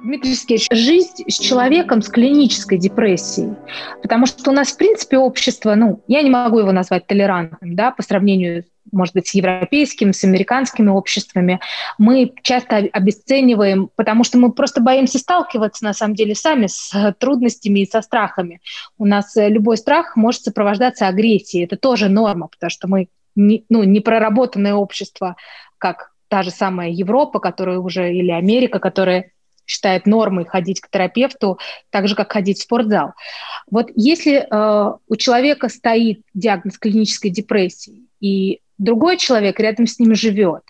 Дмитрий Сергеевич, жизнь с человеком с клинической депрессией, потому что у нас, в принципе, общество, я не могу его назвать толерантным, да, по сравнению, может быть, с европейским, с американскими обществами. Мы часто обесцениваем, потому что мы просто боимся сталкиваться, на самом деле, сами с трудностями и со страхами. У нас любой страх может сопровождаться агрессией. Это тоже норма, потому что мы не проработанное общество, как та же самая Европа, которая уже, или Америка, которая считает нормой ходить к терапевту, так же, как ходить в спортзал. Вот если у человека стоит диагноз клинической депрессии, и другой человек рядом с ним живет,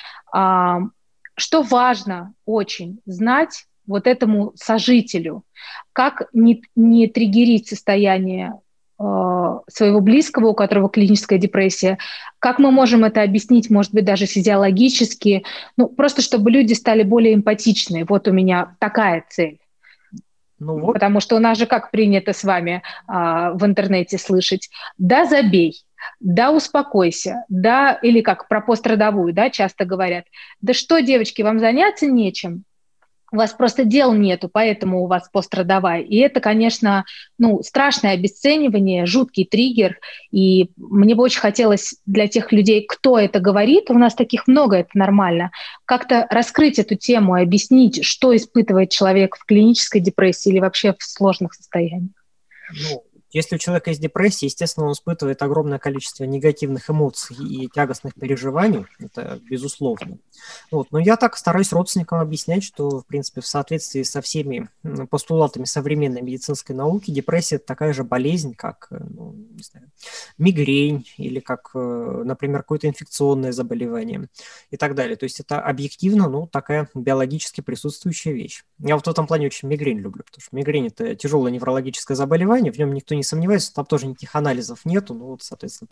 что важно очень знать вот этому сожителю, как не триггерить состояние своего близкого, у которого клиническая депрессия, как мы можем это объяснить, может быть, даже физиологически, просто чтобы люди стали более эмпатичны. Вот у меня такая цель. Потому что у нас же как принято с вами в интернете слышать: да, забей, да, успокойся, да, или как про пострадовую, да, часто говорят: да что, девочки, вам заняться нечем, у вас просто дел нету, поэтому у вас пострадовая. И это, конечно, страшное обесценивание, жуткий триггер. И мне бы очень хотелось для тех людей, кто это говорит, у нас таких много, это нормально, как-то раскрыть эту тему и объяснить, что испытывает человек в клинической депрессии или вообще в сложных состояниях. Если у человека есть депрессия, естественно, он испытывает огромное количество негативных эмоций и тягостных переживаний, это безусловно. Но я так стараюсь родственникам объяснять, что, в принципе, в соответствии со всеми постулатами современной медицинской науки, депрессия – это такая же болезнь, как не знаю, мигрень или как, например, какое-то инфекционное заболевание и так далее. То есть это объективно, такая биологически присутствующая вещь. Я вот в этом плане очень мигрень люблю, потому что мигрень – это тяжелое неврологическое заболевание, в нем никто не сомневается, там тоже никаких анализов нету, соответственно,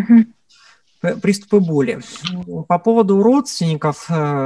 приступы боли. По поводу родственников,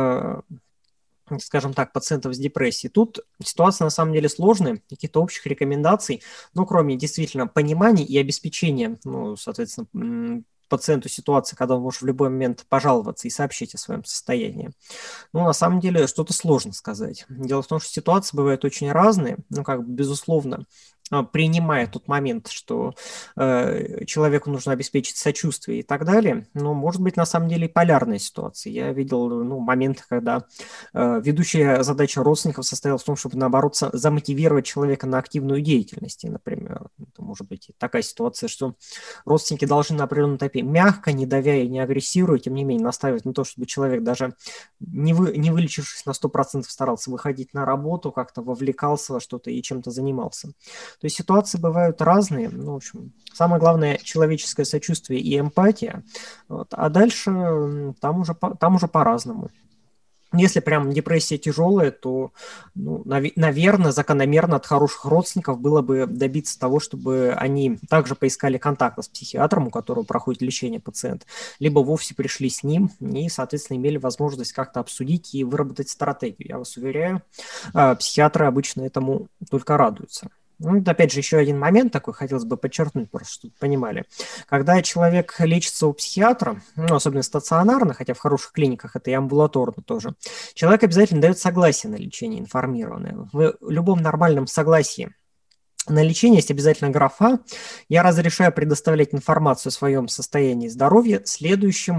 скажем так, пациентов с депрессией, тут ситуация на самом деле сложная, каких-то общих рекомендаций, кроме действительно понимания и обеспечения, соответственно, пациенту ситуации, когда он может в любой момент пожаловаться и сообщить о своем состоянии. На самом деле, что-то сложно сказать. Дело в том, что ситуации бывают очень разные, безусловно, принимая тот момент, что человеку нужно обеспечить сочувствие и так далее, но может быть на самом деле и полярная ситуация. Я видел моменты, когда ведущая задача родственников состояла в том, чтобы, наоборот, замотивировать человека на активную деятельность. И, например, это может быть такая ситуация, что родственники должны на определенном этапе мягко, не давя и не агрессируя, тем не менее настаивать на то, чтобы человек, даже не вылечившись на 100%, старался выходить на работу, как-то вовлекался во что-то и чем-то занимался. То есть ситуации бывают разные. В общем, самое главное – человеческое сочувствие и эмпатия. А дальше там уже по-разному. Если прям депрессия тяжелая, то, наверное, закономерно от хороших родственников было бы добиться того, чтобы они также поискали контакта с психиатром, у которого проходит лечение пациент, либо вовсе пришли с ним и, соответственно, имели возможность как-то обсудить и выработать стратегию. Я вас уверяю, психиатры обычно этому только радуются. Опять же, еще один момент такой хотелось бы подчеркнуть, просто чтобы понимали. Когда человек лечится у психиатра, особенно стационарно, хотя в хороших клиниках это и амбулаторно тоже, человек обязательно дает согласие на лечение информированное. В любом нормальном согласии на лечение есть обязательно графа: я разрешаю предоставлять информацию о своем состоянии здоровья следующим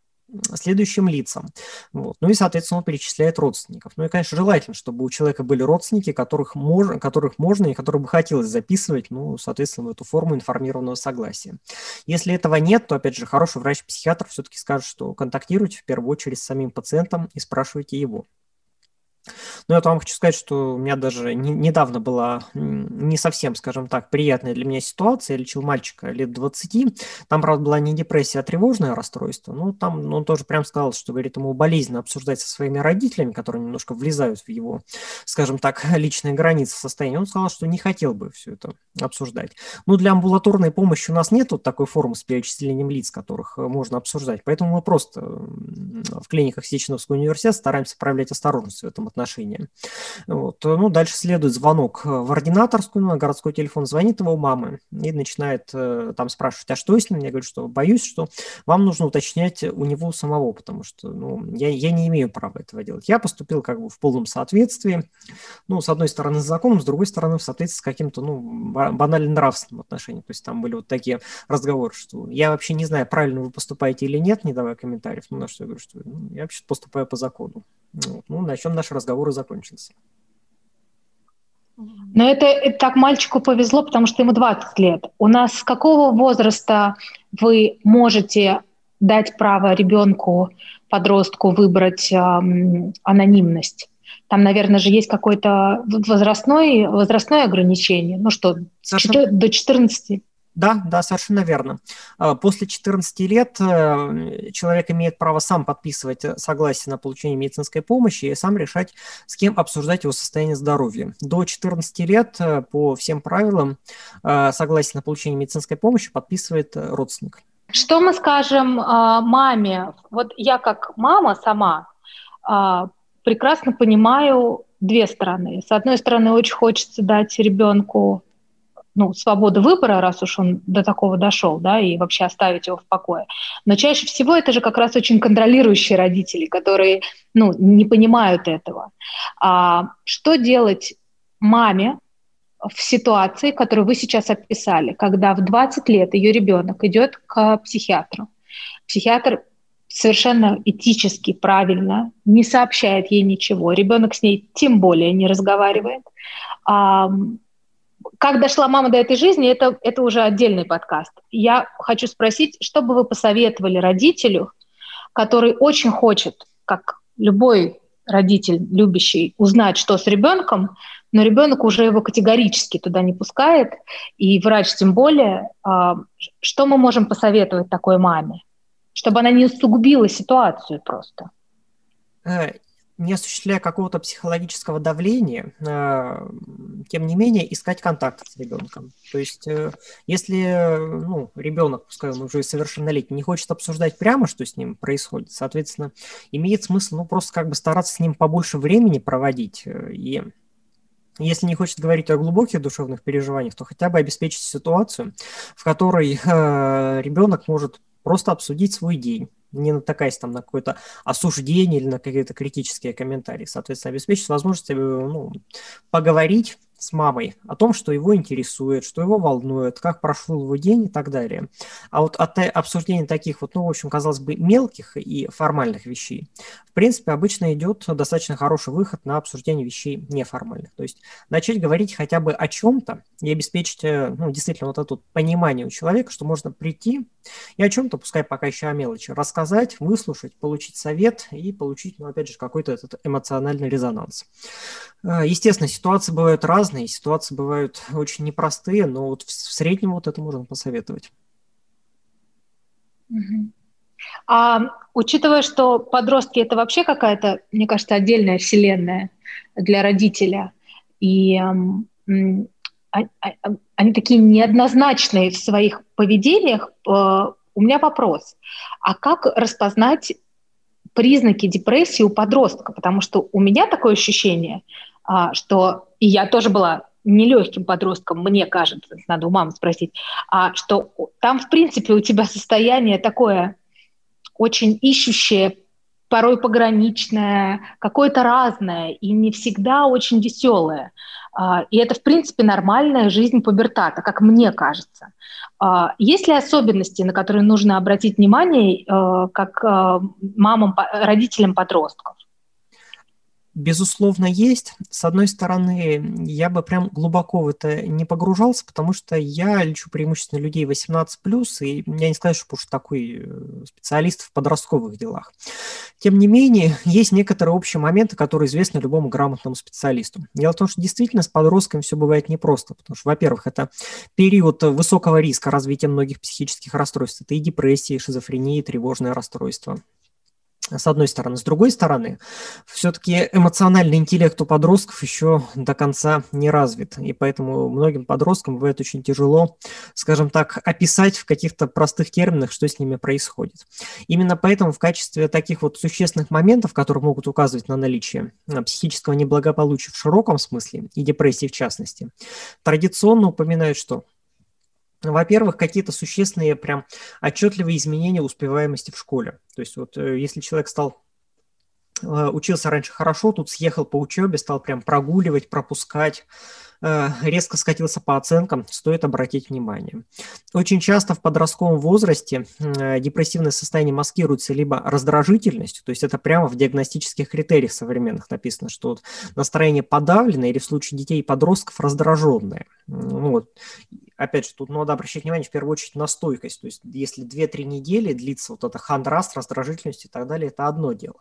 лицам. И, соответственно, он перечисляет родственников. И, конечно, желательно, чтобы у человека были родственники, которых можно и которых бы хотелось записывать, соответственно, в эту форму информированного согласия. Если этого нет, то, опять же, хороший врач-психиатр все-таки скажет, что контактируйте в первую очередь с самим пациентом и спрашивайте его. Я вам хочу сказать, что у меня даже недавно была не совсем, скажем так, приятная для меня ситуация. Я лечил мальчика лет 20. Там, правда, была не депрессия, а тревожное расстройство. Там он тоже прям сказал, что, говорит, ему болезненно обсуждать со своими родителями, которые немножко влезают в его, скажем так, личные границы состояния. Он сказал, что не хотел бы все это обсуждать. Для амбулаторной помощи у нас нет такой формы с перечислением лиц, которых можно обсуждать. Поэтому мы просто в клиниках Сеченовского университета стараемся проявлять осторожность в этом отношении. Вот. Ну, дальше следует звонок в ординаторскую, на городской телефон звонит его мамы и начинает там спрашивать, а что с ним? Я говорю, что боюсь, что вам нужно уточнять у него самого, потому что я не имею права этого делать. Я поступил как бы в полном соответствии, с одной стороны с законом, с другой стороны в соответствии с каким-то банально нравственным отношением. То есть там были вот такие разговоры, что я вообще не знаю, правильно вы поступаете или нет, не давая комментариев, на что я говорю, что я вообще поступаю по закону. На чем наш разговор и закончился. Но это так мальчику повезло, потому что ему 20 лет. У нас с какого возраста вы можете дать право ребенку, подростку выбрать анонимность? Там, наверное, же есть какое-то возрастное ограничение. До 14? Да, совершенно верно. После 14 лет человек имеет право сам подписывать согласие на получение медицинской помощи и сам решать, с кем обсуждать его состояние здоровья. До 14 лет по всем правилам согласие на получение медицинской помощи подписывает родственник. Что мы скажем маме? Вот я как мама сама прекрасно понимаю две стороны. С одной стороны, очень хочется дать ребенку свободу выбора, раз уж он до такого дошел, да, и вообще оставить его в покое. Но чаще всего это же как раз очень контролирующие родители, которые, не понимают этого. Что делать маме в ситуации, которую вы сейчас описали, когда в 20 лет ее ребенок идет к психиатру? Психиатр совершенно этически правильно не сообщает ей ничего, ребенок с ней тем более не разговаривает. Как дошла мама до этой жизни, это уже отдельный подкаст. Я хочу спросить, что бы вы посоветовали родителю, который очень хочет, как любой родитель любящий, узнать, что с ребенком, но ребенок уже его категорически туда не пускает, и врач тем более. Что мы можем посоветовать такой маме, чтобы она не усугубила ситуацию просто? Не осуществляя какого-то психологического давления, тем не менее, искать контакт с ребенком. То есть, если ребенок, пускай он уже совершеннолетний, не хочет обсуждать прямо, что с ним происходит, соответственно, имеет смысл просто как бы стараться с ним побольше времени проводить. И если не хочет говорить о глубоких душевных переживаниях, то хотя бы обеспечить ситуацию, в которой ребенок может просто обсудить свой день, не натыкаясь там на какое-то осуждение или на какие-то критические комментарии. Соответственно, обеспечить возможность поговорить с мамой о том, что его интересует, что его волнует, как прошел его день и так далее. А вот от обсуждения таких в общем, казалось бы, мелких и формальных вещей, в принципе, обычно идет достаточно хороший выход на обсуждение вещей неформальных. То есть начать говорить хотя бы о чем-то и обеспечить, действительно, вот это понимание у человека, что можно прийти и о чем-то, пускай пока еще о мелочи, рассказать, выслушать, получить совет и получить, опять же, какой-то этот эмоциональный резонанс. Естественно, ситуации бывают разные, ситуации бывают очень непростые, но вот в среднем вот это можно посоветовать. Учитывая, что подростки – это вообще какая-то, мне кажется, отдельная вселенная для родителя, и они такие неоднозначные в своих поведениях, у меня вопрос. А как распознать признаки депрессии у подростка? Потому что у меня такое ощущение, что и я тоже была нелегким подростком, мне кажется, надо у мамы спросить, что там, в принципе, у тебя состояние такое очень ищущее, порой пограничное, какое-то разное и не всегда очень веселое. И это, в принципе, нормальная жизнь пубертата, как мне кажется. Есть ли особенности, на которые нужно обратить внимание как мамам, родителям подростков? Безусловно, есть. С одной стороны, я бы прям глубоко в это не погружался, потому что я лечу преимущественно людей 18+, и я не скажу, что уж такой специалист в подростковых делах. Тем не менее, есть некоторые общие моменты, которые известны любому грамотному специалисту. Дело в том, что действительно с подростками все бывает непросто, потому что, во-первых, это период высокого риска развития многих психических расстройств. Это и депрессия, и шизофрения, и тревожное расстройство. с одной стороны. С другой стороны, все-таки эмоциональный интеллект у подростков еще до конца не развит, и поэтому многим подросткам бывает очень тяжело, скажем так, описать в каких-то простых терминах, что с ними происходит. Именно поэтому в качестве таких вот существенных моментов, которые могут указывать на наличие психического неблагополучия в широком смысле и депрессии в частности, традиционно упоминают, что во-первых, какие-то существенные, прям отчетливые изменения успеваемости в школе. То есть вот если человек учился раньше хорошо, тут съехал по учебе, стал прям прогуливать, пропускать, резко скатился по оценкам, стоит обратить внимание. Очень часто в подростковом возрасте депрессивное состояние маскируется либо раздражительностью, то есть это прямо в диагностических критериях современных написано, что вот настроение подавленное или в случае детей и подростков раздраженное. Вот. Опять же, тут надо обращать внимание в первую очередь на стойкость. То есть если 2-3 недели длится вот эта хандра с раздражительностью и так далее, это одно дело.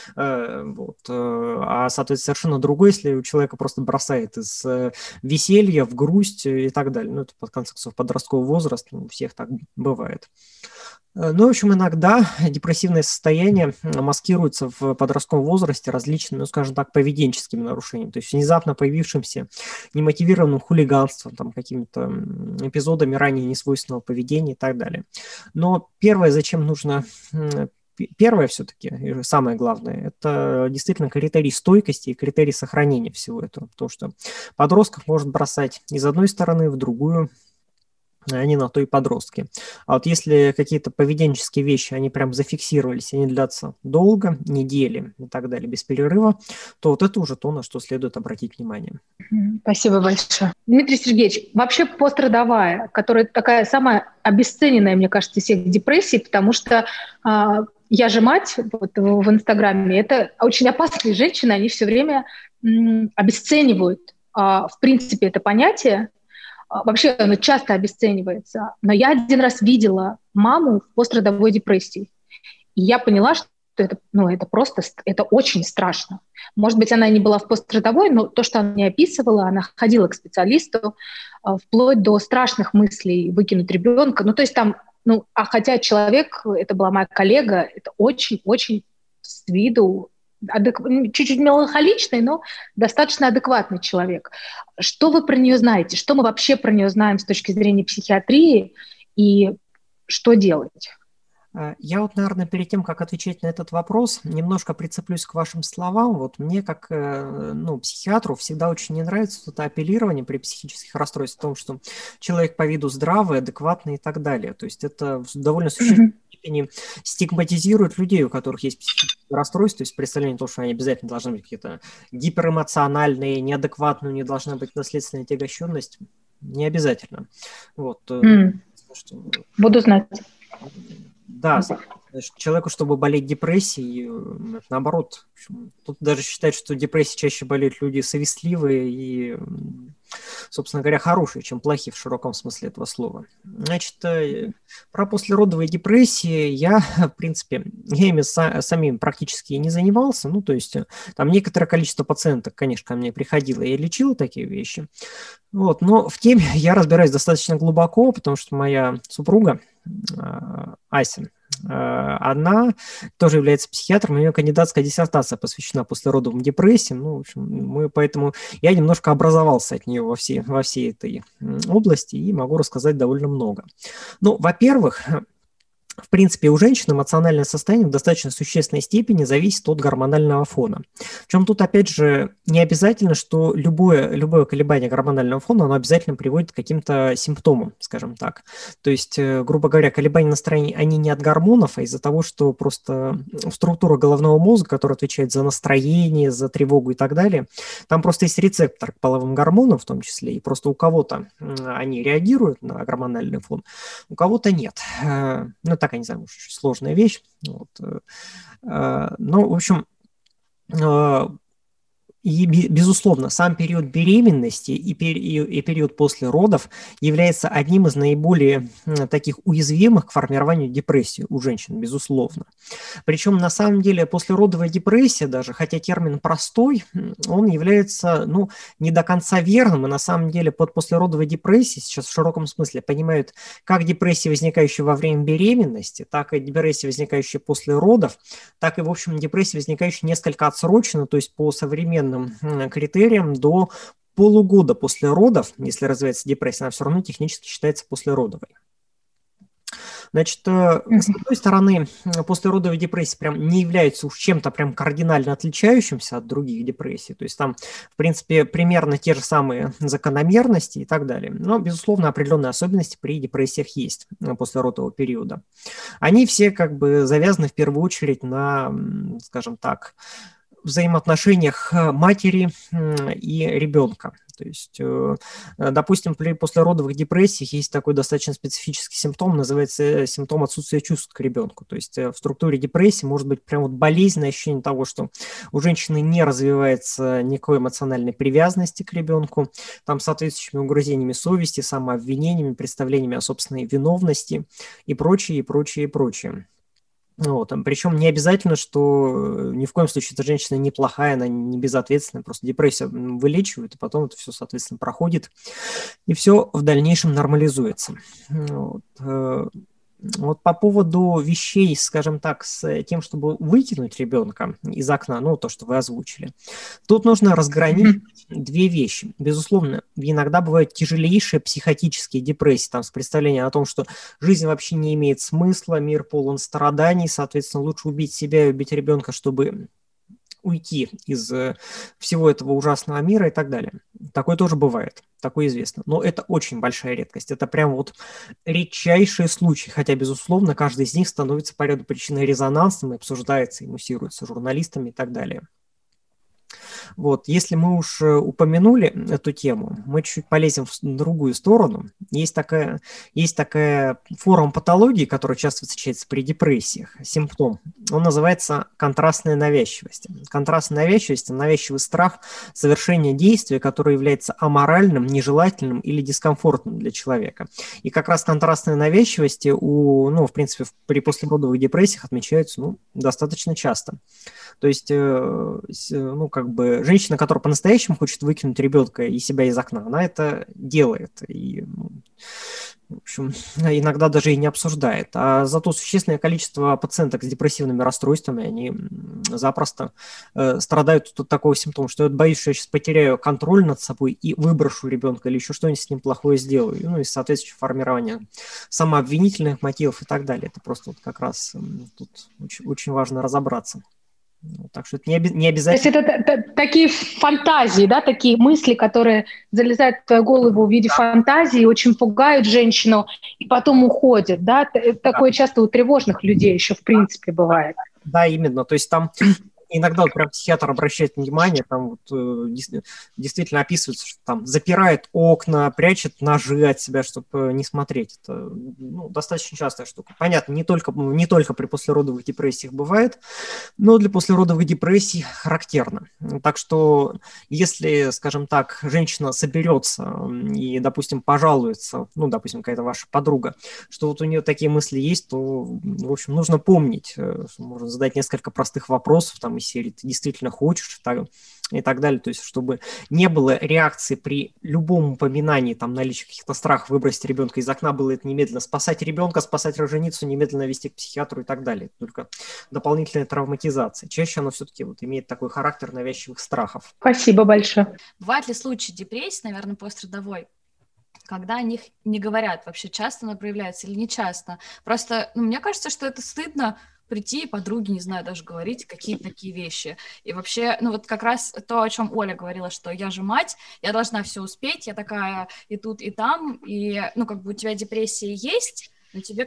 Вот. А, соответственно, совершенно другое, если у человека просто бросает из веселья в грусть и так далее. Ну, это, под конце концов, подростковый возраст, у всех так бывает. Ну, в общем, иногда депрессивное состояние маскируется в подростковом возрасте различными, ну, скажем так, поведенческими нарушениями, то есть внезапно появившимся немотивированным хулиганством, там, какими-то эпизодами ранее несвойственного поведения и так далее. Но первое, зачем нужно... Первое все-таки, и самое главное, это действительно критерий стойкости и критерий сохранения всего этого, потому что подростков может бросать из одной стороны в другую, они на то и подростки. А вот если какие-то поведенческие вещи, они прям зафиксировались, они длятся долго, недели и так далее, без перерыва, то вот это уже то, на что следует обратить внимание. Спасибо большое. Дмитрий Сергеевич, вообще пострадовая, которая такая самая обесцененная, мне кажется, из всех депрессий, потому что я же мать вот, в Инстаграме, это очень опасные женщины, они все время обесценивают, в принципе, это понятие. Вообще оно часто обесценивается. Но я один раз видела маму в пострадовой депрессии. И я поняла, что это просто, это очень страшно. Может быть, она не была в пострадовой, но то, что она мне описывала, она ходила к специалисту, вплоть до страшных мыслей выкинуть ребенка. Ну, то есть там, хотя человек, это была моя коллега, это очень-очень с виду чуть-чуть меланхоличный, но достаточно адекватный человек. Что вы про нее знаете? Что мы вообще про нее знаем с точки зрения психиатрии и что делать? Я вот, наверное, перед тем, как отвечать на этот вопрос, немножко прицеплюсь к вашим словам. Вот мне, как психиатру, всегда очень не нравится это апеллирование при психических расстройствах в том, что человек по виду здравый, адекватный и так далее. То есть это в довольно существенной степени стигматизирует людей, у которых есть психические расстройства, то есть представление того, что они обязательно должны быть какие-то гиперэмоциональные, неадекватные, не должна быть наследственная отягощенность. Не обязательно. Вот. Буду знать. Да, человеку, чтобы болеть депрессией, наоборот, тут даже считают, что депрессией чаще болеют люди совестливые и, собственно говоря, хорошие, чем плохие в широком смысле этого слова. Значит, про послеродовые депрессии я, в принципе, я ими самим практически не занимался, то есть там некоторое количество пациенток, конечно, ко мне приходило, я лечил такие вещи, вот, но в теме я разбираюсь достаточно глубоко, потому что моя супруга, Ася, она тоже является психиатром, у нее кандидатская диссертация посвящена послеродовым депрессиям, в общем, поэтому я немножко образовался от нее во всей этой области и могу рассказать довольно много. Во-первых, в принципе, у женщин эмоциональное состояние в достаточно существенной степени зависит от гормонального фона. Причем тут, опять же, не обязательно, что любое колебание гормонального фона, оно обязательно приводит к каким-то симптомам, скажем так. То есть, грубо говоря, колебания настроения, они не от гормонов, а из-за того, что просто структура головного мозга, которая отвечает за настроение, за тревогу и так далее, там просто есть рецептор к половым гормонам в том числе, и просто у кого-то они реагируют на гормональный фон, у кого-то нет. Так, я не знаю, очень сложная вещь. Вот. В общем, И, безусловно, сам период беременности и период после родов является одним из наиболее таких уязвимых к формированию депрессии у женщин, безусловно. Причем, на самом деле, послеродовая депрессия даже, хотя термин простой, он является, не до конца верным, и на самом деле под послеродовой депрессией сейчас в широком смысле понимают как депрессия, возникающая во время беременности, так и депрессия, возникающая после родов, так и, в общем, депрессия, возникающая несколько отсроченно, то есть по современным критериям до полугода после родов, если развивается депрессия, она все равно технически считается послеродовой. Значит, с одной стороны, послеродовая депрессия прям не является уж чем-то прям кардинально отличающимся от других депрессий, то есть там, в принципе, примерно те же самые закономерности и так далее. Но, безусловно, определенные особенности при депрессиях есть послеродового периода. Они все как бы завязаны в первую очередь на, скажем так, взаимоотношениях матери и ребенка. То есть, допустим, при послеродовых депрессиях есть такой достаточно специфический симптом, называется симптом отсутствия чувств к ребенку. То есть в структуре депрессии может быть прям вот болезненное ощущение того, что у женщины не развивается никакой эмоциональной привязанности к ребенку, там соответствующими угрызениями совести, самообвинениями, представлениями о собственной виновности и прочее, и прочее, и прочее. Вот. Причем не обязательно, что ни в коем случае эта женщина неплохая, она не безответственная, просто депрессия вылечивает, и потом это все, соответственно, проходит, и все в дальнейшем нормализуется. Вот по поводу вещей, скажем так, с тем, чтобы выкинуть ребенка из окна, то, что вы озвучили, тут нужно разграничить две вещи. Безусловно, иногда бывают тяжелейшие психотические депрессии, там, с представлением о том, что жизнь вообще не имеет смысла, мир полон страданий, соответственно, лучше убить себя и убить ребенка, чтобы уйти из всего этого ужасного мира и так далее. Такое тоже бывает, такое известно. Но это очень большая редкость. Это прям вот редчайшие случаи, хотя, безусловно, каждый из них становится по ряду причин резонансным и обсуждается, и муссируется журналистами и так далее. Вот, если мы уж упомянули эту тему, мы чуть-чуть полезем в другую сторону. Есть такая форма патологии, которая часто встречается при депрессиях, симптом. Он называется контрастная навязчивость. Контрастная навязчивость – навязчивый страх совершения действия, которое является аморальным, нежелательным или дискомфортным для человека. И как раз контрастные навязчивости в принципе, при послеродовых депрессиях отмечаются достаточно часто. То есть, женщина, которая по-настоящему хочет выкинуть ребенка и себя из окна, она это делает. И, в общем, иногда даже и не обсуждает. А зато существенное количество пациенток с депрессивными расстройствами, они запросто страдают от такого симптома, что я боюсь, что я сейчас потеряю контроль над собой и выброшу ребенка или еще что-нибудь с ним плохое сделаю. И соответствующее формирование самообвинительных мотивов и так далее. Это просто вот как раз тут очень, очень важно разобраться. Так что это не обязательно. То есть это такие фантазии, да, такие мысли, которые залезают в твою голову в виде фантазии, очень пугают женщину и потом уходят, да? Такое часто у тревожных людей еще в принципе бывает. Да, именно. То есть там иногда вот прям психиатр обращает внимание, там вот действительно описывается, что там запирает окна, прячет ножи от себя, чтобы не смотреть. Это достаточно частая штука. Понятно, не только при послеродовых депрессиях бывает, но для послеродовых депрессий характерно. Так что если, скажем так, женщина соберется и, допустим, пожалуется, допустим, какая-то ваша подруга, что вот у нее такие мысли есть, то, в общем, нужно помнить, что можно задать несколько простых вопросов, там, из серии «ты действительно хочешь?» и так далее, то есть чтобы не было реакции при любом упоминании там наличия каких-то страхов выбросить ребенка из окна, было это немедленно спасать ребенка, спасать роженицу, немедленно вести к психиатру и так далее. Только дополнительная травматизация. Чаще оно все-таки имеет такой характер навязчивых страхов. Спасибо большое. Бывают ли случаи депрессии, наверное, послеродовой, когда о них не говорят? Вообще часто она проявляется или не часто? Просто, мне кажется, что это стыдно прийти подруге, не знаю, даже говорить какие-то такие вещи. И вообще, вот как раз то, о чем Оля говорила, что я же мать, я должна все успеть, я такая и тут, и там, и, у тебя депрессия есть, но тебе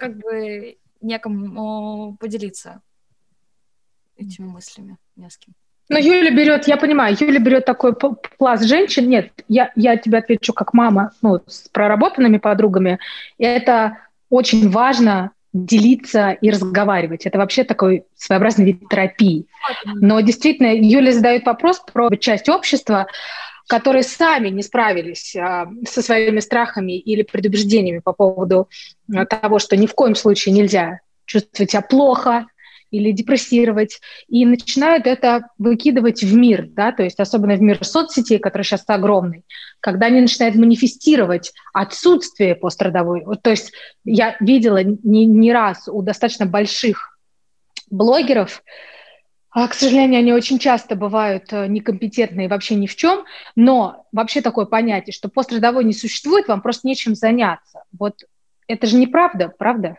некому поделиться этими мыслями, не с кем. Я понимаю, Юля берет такой пласт женщин. Нет, я тебе отвечу как мама, с проработанными подругами. И это очень важно делиться и разговаривать. Это вообще такой своеобразный вид терапии. Но действительно, Юля задает вопрос про часть общества, которые сами не справились со своими страхами или предубеждениями по поводу того, что ни в коем случае нельзя чувствовать себя плохо или депрессировать, и начинают это выкидывать в мир, да, то есть особенно в мир соцсетей, который сейчас огромный, когда они начинают манифестировать отсутствие пострадовой. Вот, то есть я видела не раз у достаточно больших блогеров, к сожалению, они очень часто бывают некомпетентны вообще ни в чем, но вообще такое понятие, что пострадовой не существует, вам просто нечем заняться. Вот это же неправда, правда?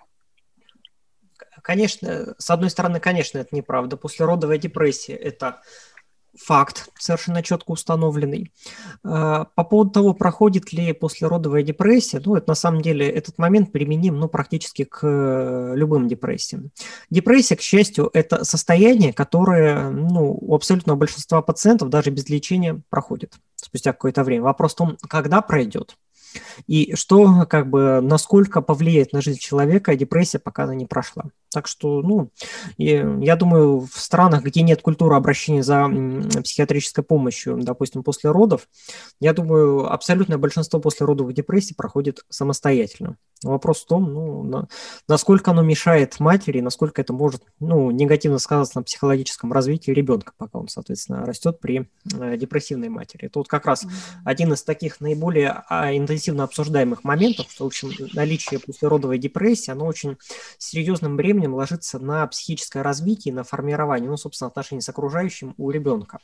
Конечно, с одной стороны, конечно, это неправда. Послеродовая депрессия – это факт, совершенно четко установленный. По поводу того, проходит ли послеродовая депрессия, это на самом деле этот момент применим практически к любым депрессиям. Депрессия, к счастью, это состояние, которое у абсолютного большинства пациентов даже без лечения проходит спустя какое-то время. Вопрос в том, когда пройдет. И что, насколько повлияет на жизнь человека депрессия, пока она не прошла. Так что, я думаю, в странах, где нет культуры обращения за психиатрической помощью, допустим, после родов, я думаю, абсолютное большинство послеродовых депрессий проходит самостоятельно. Вопрос в том, насколько оно мешает матери, насколько это может, негативно сказаться на психологическом развитии ребенка, пока он, соответственно, растет при депрессивной матери. Это как раз один из таких наиболее интенсивно обсуждаемых моментов, что, в общем, наличие послеродовой депрессии, оно очень серьезным бременем ложится на психическое развитие, на формирование, собственно, отношений с окружающим у ребенка.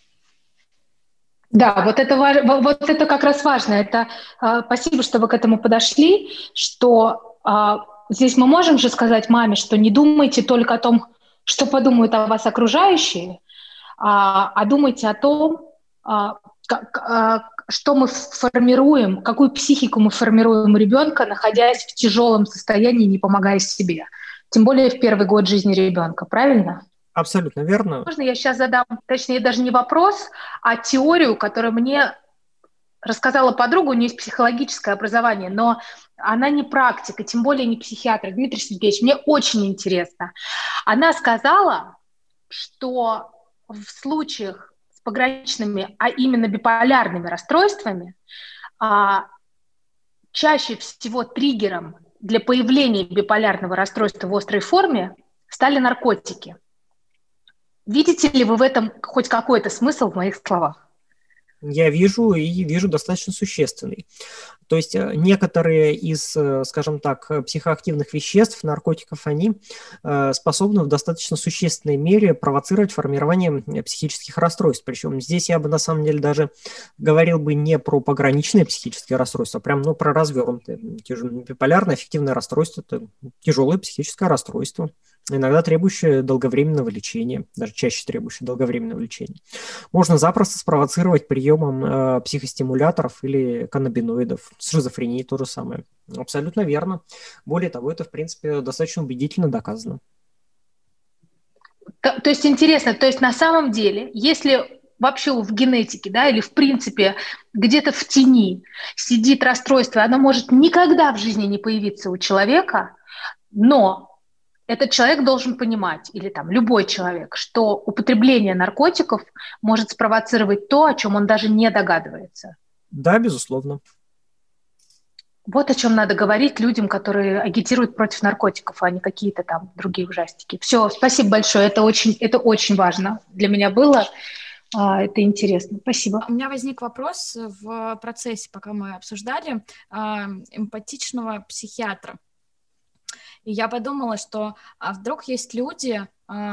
Да, вот это как раз важно. Это спасибо, что вы к этому подошли, что здесь мы можем же сказать маме, что не думайте только о том, что подумают о вас окружающие, а думайте о том, что мы формируем, какую психику мы формируем у ребенка, находясь в тяжелом состоянии, не помогая себе. Тем более в первый год жизни ребенка, правильно? Абсолютно верно. Можно я сейчас задам, точнее, даже не вопрос, а теорию, которую мне рассказала подруга, у нее есть психологическое образование, но она не практик, и тем более не психиатр. Дмитрий Сергеевич, мне очень интересно. Она сказала, что в случаях с пограничными, а именно биполярными расстройствами, чаще всего триггером для появления биполярного расстройства в острой форме стали наркотики. Видите ли вы в этом хоть какой-то смысл в моих словах? Я вижу достаточно существенный. То есть некоторые из, скажем так, психоактивных веществ, наркотиков, они способны в достаточно существенной мере провоцировать формирование психических расстройств. Причем здесь я бы на самом деле даже говорил бы не про пограничные психические расстройства, а прям про развернутые. Биполярное аффективное расстройство – это тяжелое психическое расстройство, иногда требующее долговременного лечения, даже чаще требующее долговременного лечения. Можно запросто спровоцировать приемом психостимуляторов или каннабиноидов. С шизофренией то же самое. Абсолютно верно. Более того, это, в принципе, достаточно убедительно доказано. То есть интересно, то есть на самом деле, если вообще в генетике, да, или в принципе где-то в тени сидит расстройство, оно может никогда в жизни не появиться у человека, но этот человек должен понимать, или там любой человек, что употребление наркотиков может спровоцировать то, о чем он даже не догадывается. Да, безусловно. Вот о чем надо говорить людям, которые агитируют против наркотиков, а не какие-то там другие ужастики. Все, спасибо большое, это очень важно для меня было. Это интересно. Спасибо. У меня возник вопрос в процессе, пока мы обсуждали, эмпатичного психиатра. И я подумала, что вдруг есть люди,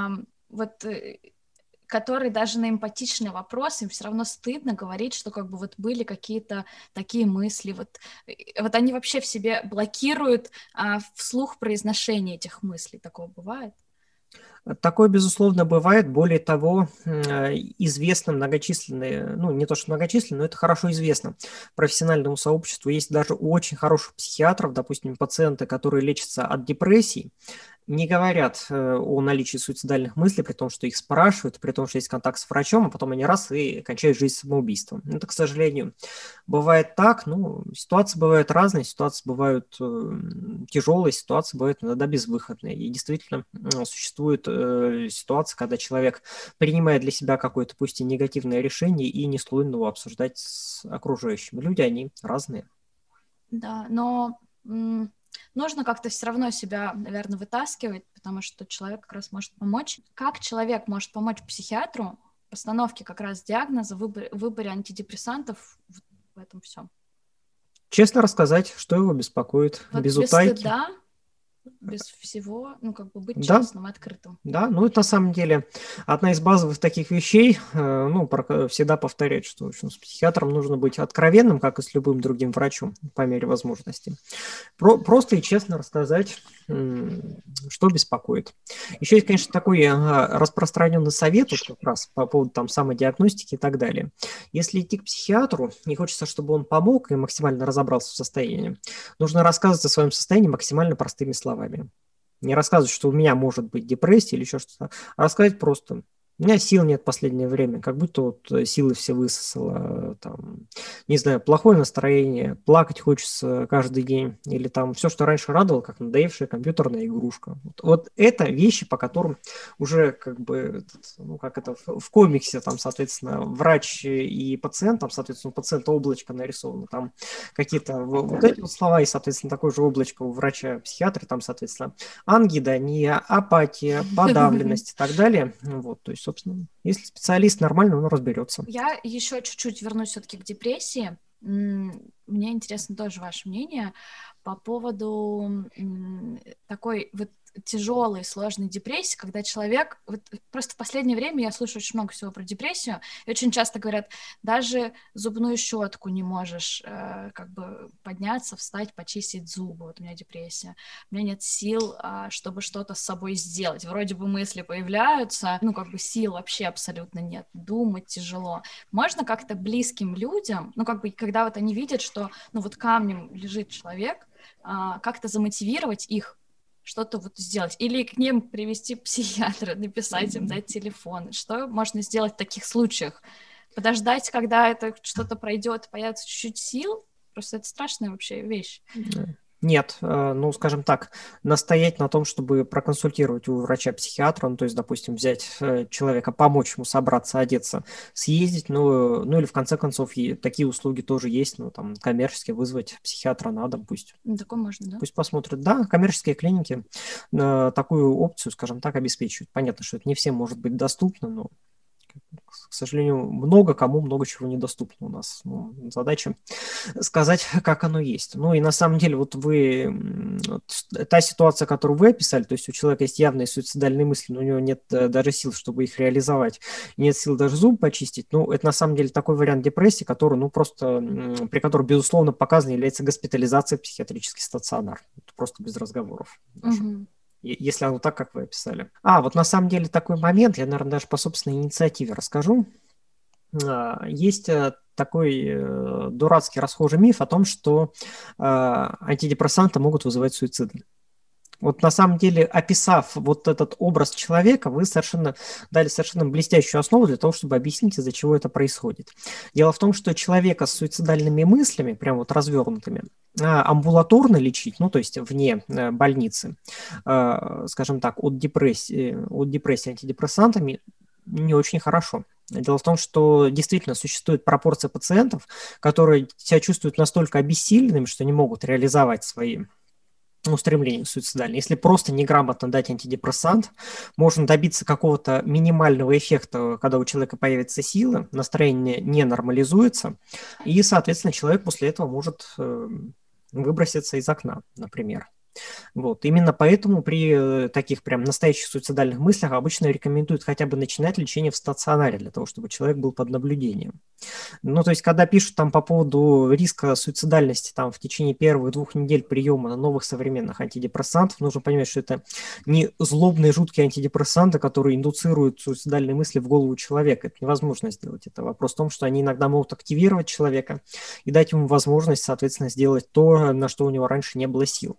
которые даже на эмпатичный вопрос, им все равно стыдно говорить, что были какие-то такие мысли. Вот они вообще в себе блокируют вслух произношение этих мыслей. Такое бывает? Такое, безусловно, бывает. Более того, известно многочисленные, не то что многочисленные, но это хорошо известно профессиональному сообществу. Есть даже у очень хороших психиатров, допустим, пациенты, которые лечатся от депрессий, не говорят о наличии суицидальных мыслей, при том, что их спрашивают, при том, что есть контакт с врачом, а потом они раз и кончают жизнь самоубийством. Это, к сожалению, бывает так. Ну, ситуации бывают разные, ситуации бывают тяжелые, ситуации бывают иногда безвыходные. И действительно существует ситуация, когда человек принимает для себя какое-то, пусть и негативное решение, и не склонен его обсуждать с окружающими. Люди, они разные. Да, но нужно как-то все равно себя, наверное, вытаскивать, потому что человек как раз может помочь. Как человек может помочь психиатру в постановке как раз диагноза, выборе антидепрессантов, в этом всем? Честно рассказать, что его беспокоит, Вот без без утайки. стыда, без всего, быть Да. честным, открытым. Да, ну это на самом деле одна из базовых таких вещей, всегда повторять, что в общем, с психиатром нужно быть откровенным, как и с любым другим врачом, по мере возможности. Просто и честно рассказать, что беспокоит. Еще есть, конечно, такой распространенный совет вот как раз по поводу там самодиагностики и так далее. Если идти к психиатру, не хочется, чтобы он помог и максимально разобрался в состоянии, нужно рассказывать о своем состоянии максимально простыми словами. Не рассказывать, что у меня может быть депрессия или еще что-то, а рассказать просто: у меня сил нет в последнее время, как будто вот силы все высосало, там, не знаю, плохое настроение, плакать хочется каждый день, или там все, что раньше радовало, как надоевшая компьютерная игрушка. Вот это вещи, по которым уже как бы, как это в комиксе, там, соответственно, врач и пациент, там, соответственно, у пациента облачко нарисовано, там какие-то вот эти вот слова, и, соответственно, такое же облачко у врача-психиатра, там, соответственно, ангидония, апатия, подавленность и так далее. Вот, то есть, собственно, если специалист нормально, он разберется. Я еще чуть-чуть вернусь все-таки к депрессии. Мне интересно тоже ваше мнение по поводу такой вот тяжелой, сложной депрессии, когда человек... Вот просто в последнее время я слышу очень много всего про депрессию, и очень часто говорят, даже зубную щетку не можешь подняться, встать, почистить зубы. Вот у меня депрессия. У меня нет сил, чтобы что-то с собой сделать. Вроде бы мысли появляются, сил вообще абсолютно нет. Думать тяжело. Можно как-то близким людям, когда вот они видят, что, камнем лежит человек, как-то замотивировать их что-то вот сделать. Или к ним привести психиатра, написать им, дать телефон. Что можно сделать в таких случаях? Подождать, когда это что-то пройдет, появится чуть-чуть сил? Просто это страшная вообще вещь. Нет, скажем так, настоять на том, чтобы проконсультировать у врача-психиатра, то есть, допустим, взять человека, помочь ему собраться, одеться, съездить, или в конце концов и такие услуги тоже есть, там коммерческие, вызвать психиатра на дом, пусть. Такое можно, да? Пусть посмотрят. Да, коммерческие клиники такую опцию, скажем так, обеспечивают. Понятно, что это не всем может быть доступно, но, к сожалению, много кому много чего недоступно у нас. Задача сказать, как оно есть. И на самом деле, та ситуация, которую вы описали, то есть у человека есть явные суицидальные мысли, но у него нет даже сил, чтобы их реализовать, нет сил даже зуб почистить, это на самом деле такой вариант депрессии, который, при котором, безусловно, показано является госпитализация в психиатрический стационар. Это просто без разговоров. Если оно так, как вы описали. Вот на самом деле такой момент, я, наверное, даже по собственной инициативе расскажу. Есть такой дурацкий расхожий миф о том, что антидепрессанты могут вызывать суициды. Вот на самом деле, описав вот этот образ человека, вы дали совершенно блестящую основу для того, чтобы объяснить, из-за чего это происходит. Дело в том, что человека с суицидальными мыслями, прям вот развернутыми, амбулаторно лечить, то есть вне больницы, скажем так, от депрессии антидепрессантами не очень хорошо. Дело в том, что действительно существует пропорция пациентов, которые себя чувствуют настолько обессиленными, что не могут реализовать свои устремлением суицидальным. Если просто неграмотно дать антидепрессант, можно добиться какого-то минимального эффекта, когда у человека появятся силы, настроение не нормализуется, и, соответственно, человек после этого может выброситься из окна, например. Вот. Именно поэтому при таких прям настоящих суицидальных мыслях обычно рекомендуют хотя бы начинать лечение в стационаре, для того, чтобы человек был под наблюдением. То есть, когда пишут там по поводу риска суицидальности там в течение первых 2 недель приема новых современных антидепрессантов, нужно понимать, что это не злобные, жуткие антидепрессанты, которые индуцируют суицидальные мысли в голову человека. Это невозможно сделать. Это вопрос в том, что они иногда могут активировать человека и дать ему возможность, соответственно, сделать то, на что у него раньше не было сил.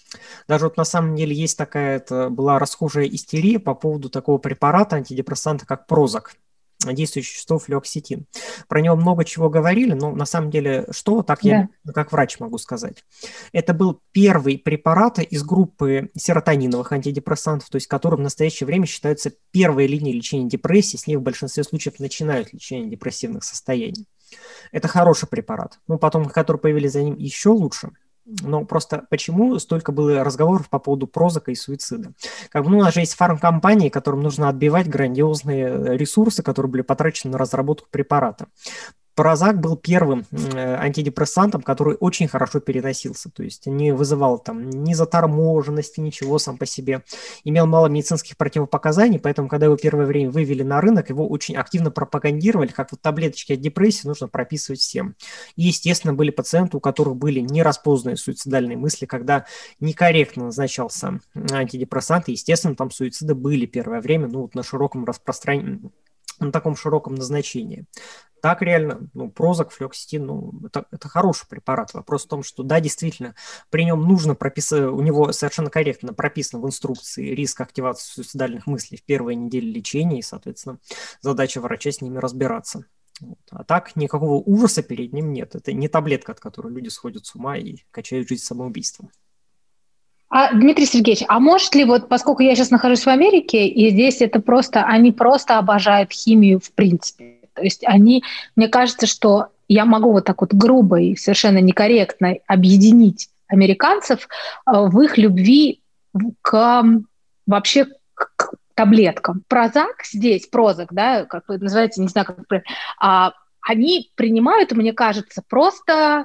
Даже вот на самом деле есть такая, это была расхожая истерия по поводу такого препарата, антидепрессанта, как Прозак, действующее вещество флюоксетин. Про него много чего говорили, но на самом деле, что, так я как врач могу сказать. Это был первый препарат из группы серотониновых антидепрессантов, то есть который в настоящее время считается первой линией лечения депрессии, с ней в большинстве случаев начинают лечение депрессивных состояний. Это хороший препарат. Ну, потом, которые появились за ним, еще лучше. Но просто почему столько было разговоров по поводу Прозака и суицида? Как бы, у нас же есть фармкомпании, которым нужно отбивать грандиозные ресурсы, которые были потрачены на разработку препарата. Прозак был первым антидепрессантом, который очень хорошо переносился, то есть не вызывал там ни заторможенности, ничего сам по себе, имел мало медицинских противопоказаний, поэтому, когда его первое время вывели на рынок, его очень активно пропагандировали, как вот таблеточки от депрессии нужно прописывать всем. И, естественно, были пациенты, у которых были нераспознанные суицидальные мысли, когда некорректно назначался антидепрессант, и, естественно, там суициды были первое время, ну, вот на широком распространении, на таком широком назначении. Так реально, Прозак, флюоксетин, это хороший препарат. Вопрос в том, что да, действительно, при нем нужно прописать, у него совершенно корректно прописано в инструкции риск активации суицидальных мыслей в первой неделе лечения, и, соответственно, задача врача с ними разбираться. Вот. А так никакого ужаса перед ним нет. Это не таблетка, от которой люди сходят с ума и качают жизнь самоубийством. Дмитрий Сергеевич, а может ли, вот поскольку я сейчас нахожусь в Америке, и здесь это просто, они просто обожают химию в принципе. То есть они, мне кажется, что я могу вот так вот грубо и совершенно некорректно объединить американцев в их любви к вообще к таблеткам. Прозак здесь, Прозак, да, как вы называете, не знаю, как они принимают, мне кажется, просто...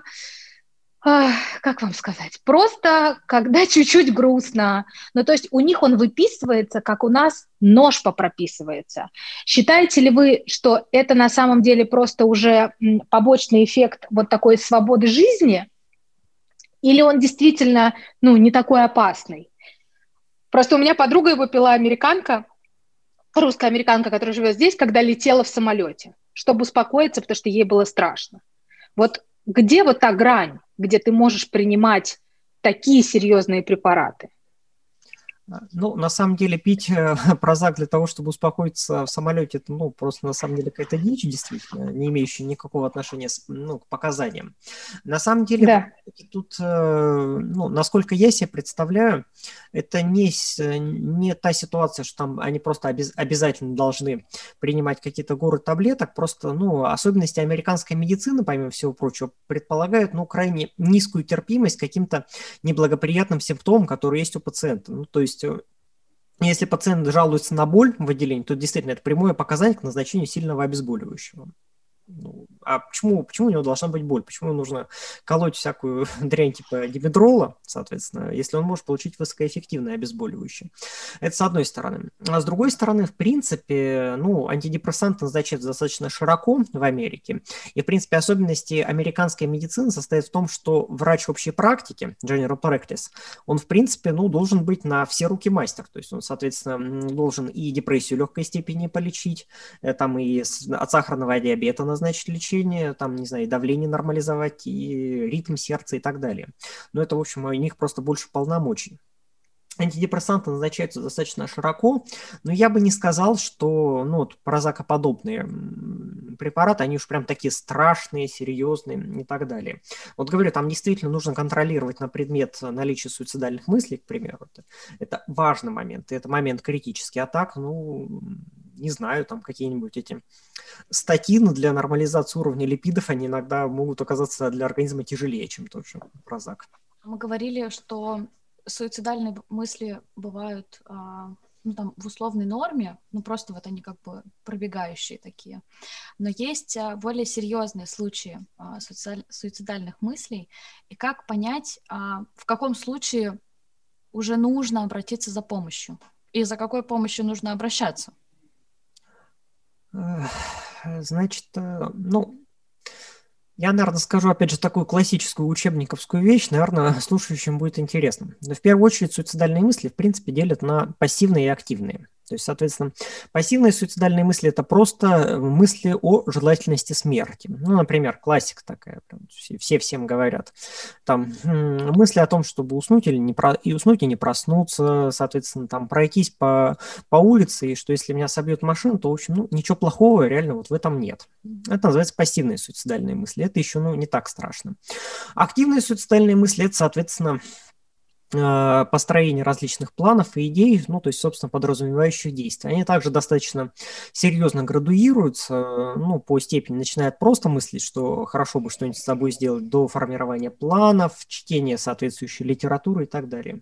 Как вам сказать? Просто когда чуть-чуть грустно. Ну, то есть у них он выписывается, как у нас нож прописывается. Считаете ли вы, что это на самом деле просто уже побочный эффект вот такой свободы жизни? Или он действительно, не такой опасный? Просто у меня подруга его пила, американка, русская американка, которая живет здесь, когда летела в самолете, чтобы успокоиться, потому что ей было страшно. Вот где вот та грань, где ты можешь принимать такие серьезные препараты? На самом деле, пить Прозак для того, чтобы успокоиться в самолете, это, просто на самом деле какая-то дичь, действительно, не имеющая никакого отношения к показаниям. На самом деле, да. Тут, насколько я себе представляю, это не та ситуация, что там они просто обязательно должны принимать какие-то горы таблеток, просто, особенности американской медицины, помимо всего прочего, предполагают, крайне низкую терпимость к каким-то неблагоприятным симптомам, которые есть у пациента. То есть, если пациент жалуется на боль в отделении, то действительно это прямое показание к назначению сильного обезболивающего. А почему у него должна быть боль? Почему нужно колоть всякую дрянь типа димедрола, соответственно, если он может получить высокоэффективное обезболивающее? Это с одной стороны. А с другой стороны, в принципе, антидепрессанты назначаются достаточно широко в Америке. И, в принципе, особенности американской медицины состоят в том, что врач общей практики, general practice, он, в принципе, должен быть на все руки мастер. То есть он, соответственно, должен и депрессию легкой степени полечить, там и от сахарного диабета назначить лечение, там, не знаю, давление нормализовать, и ритм сердца и так далее. Но это, в общем, у них просто больше полномочий. Антидепрессанты назначаются достаточно широко, но я бы не сказал, что прозакоподобные препараты, они уж прям такие страшные, серьезные и так далее. Вот говорю, там действительно нужно контролировать на предмет наличия суицидальных мыслей, к примеру. Это важный момент, и это момент критический. А так, не знаю, там какие-нибудь эти статины для нормализации уровня липидов, они иногда могут оказаться для организма тяжелее, чем тот же Прозак. Мы говорили, что суицидальные мысли бывают в условной норме, просто вот они как бы пробегающие такие. Но есть более серьезные случаи суицидальных мыслей. И как понять, в каком случае уже нужно обратиться за помощью? И за какой помощью нужно обращаться? Значит, я, наверное, скажу, опять же, такую классическую учебниковскую вещь, наверное, слушающим будет интересно. Но в первую очередь суицидальные мысли, в принципе, делят на пассивные и активные. То есть, соответственно, пассивные суицидальные мысли – это просто мысли о желательности смерти. Ну, например, классика такая, все всем говорят. Там мысли о том, чтобы уснуть или и уснуть и не проснуться, соответственно, там пройтись по улице, и что если меня собьет машина, то, в общем, ну, ничего плохого реально вот в этом нет. Это называется пассивные суицидальные мысли. Это еще, ну, не так страшно. Активные суицидальные мысли – это, соответственно, построение различных планов и идей, ну, то есть, собственно, подразумевающих действий. Они также достаточно серьезно градуируются, ну, по степени, начиная от просто мыслить, что хорошо бы что-нибудь с собой сделать, до формирования планов, чтения соответствующей литературы и так далее.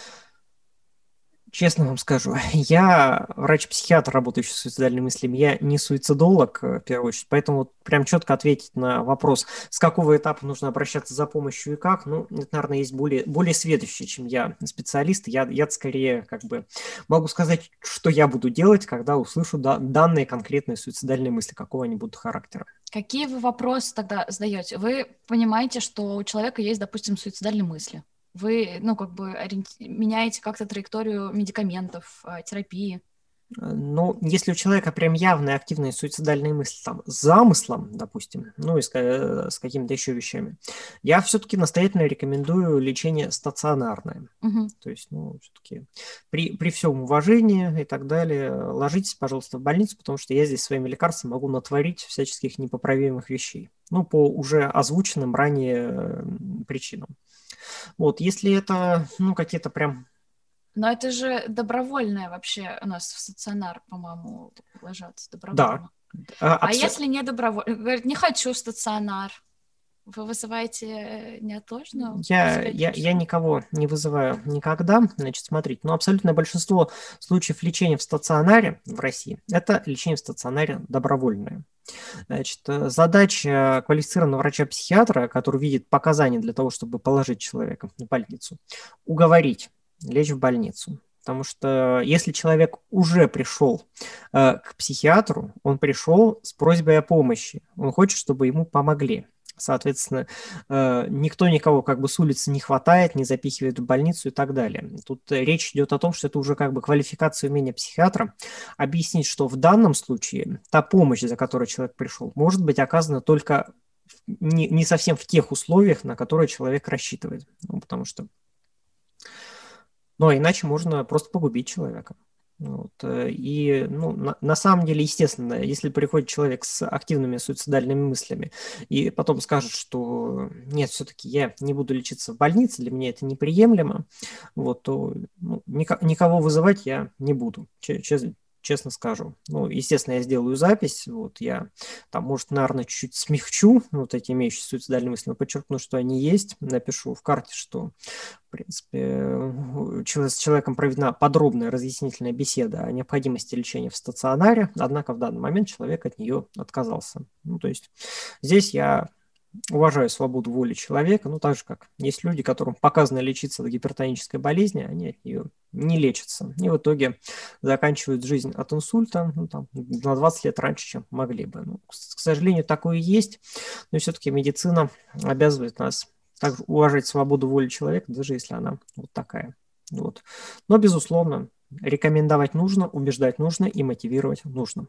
Честно вам скажу, я врач-психиатр, работающий с суицидальными мыслями, я не суицидолог, в первую очередь, поэтому вот прям четко ответить на вопрос, с какого этапа нужно обращаться за помощью и как, ну, это, наверное, есть более сведущие, чем я, специалист. Я скорее как бы могу сказать, что я буду делать, когда услышу данные конкретные суицидальные мысли, какого они будут характера. Какие вы вопросы тогда задаете? Вы понимаете, что у человека есть, допустим, суицидальные мысли. Вы, ну, как бы меняете как-то траекторию медикаментов, терапии. Ну, если у человека прям явные активные суицидальные мысли там, с замыслом, допустим, ну и с какими-то еще вещами, я все-таки настоятельно рекомендую лечение стационарное. То есть, ну, все-таки при всем уважении и так далее, ложитесь, пожалуйста, в больницу, потому что я здесь своими лекарствами могу натворить всяческих непоправимых вещей. Ну, по уже озвученным ранее причинам. Вот, если это, ну, какие-то прям... Но это же добровольное вообще у нас в стационар, по-моему, ложатся добровольно. Да. А если не добровольно? Говорит, не хочу в стационар. Вы вызываете неотложную? Я никого не вызываю никогда. Значит, смотрите, ну, абсолютное большинство случаев лечения в стационаре в России – это лечение в стационаре добровольное. Значит, задача квалифицированного врача-психиатра, который видит показания для того, чтобы положить человека в больницу, уговорить лечь в больницу. Потому что если человек уже пришел к психиатру, он пришел с просьбой о помощи, он хочет, чтобы ему помогли. Соответственно, никто никого как бы с улицы не хватает, не запихивает в больницу и так далее. Тут речь идет о том, что это уже как бы квалификация и умение психиатра объяснить, что в данном случае та помощь, за которой человек пришел, может быть оказана только не совсем в тех условиях, на которые человек рассчитывает. Ну, потому что... Но иначе можно просто погубить человека. Вот. И ну, на самом деле, естественно, если приходит человек с активными суицидальными мыслями и потом скажет, что нет, все-таки я не буду лечиться в больнице, для меня это неприемлемо, вот, то ну, никого вызывать я не буду, честно скажу. Ну, естественно, я сделаю запись, вот, я там, может, наверное, чуть-чуть смягчу вот эти имеющиеся суицидальные мысли, но подчеркну, что они есть, напишу в карте, что в принципе, с человеком проведена подробная разъяснительная беседа о необходимости лечения в стационаре, однако в данный момент человек от нее отказался. Ну, то есть здесь я уважаю свободу воли человека, ну, так же, как есть люди, которым показано лечиться от гипертонической болезни, они от нее не лечатся. И в итоге заканчивают жизнь от инсульта ну, там, на 20 лет раньше, чем могли бы. Ну, к сожалению, такое есть, но все-таки медицина обязывает нас также уважать свободу воли человека, даже если она вот такая. Вот. Но, безусловно, рекомендовать нужно, убеждать нужно и мотивировать нужно.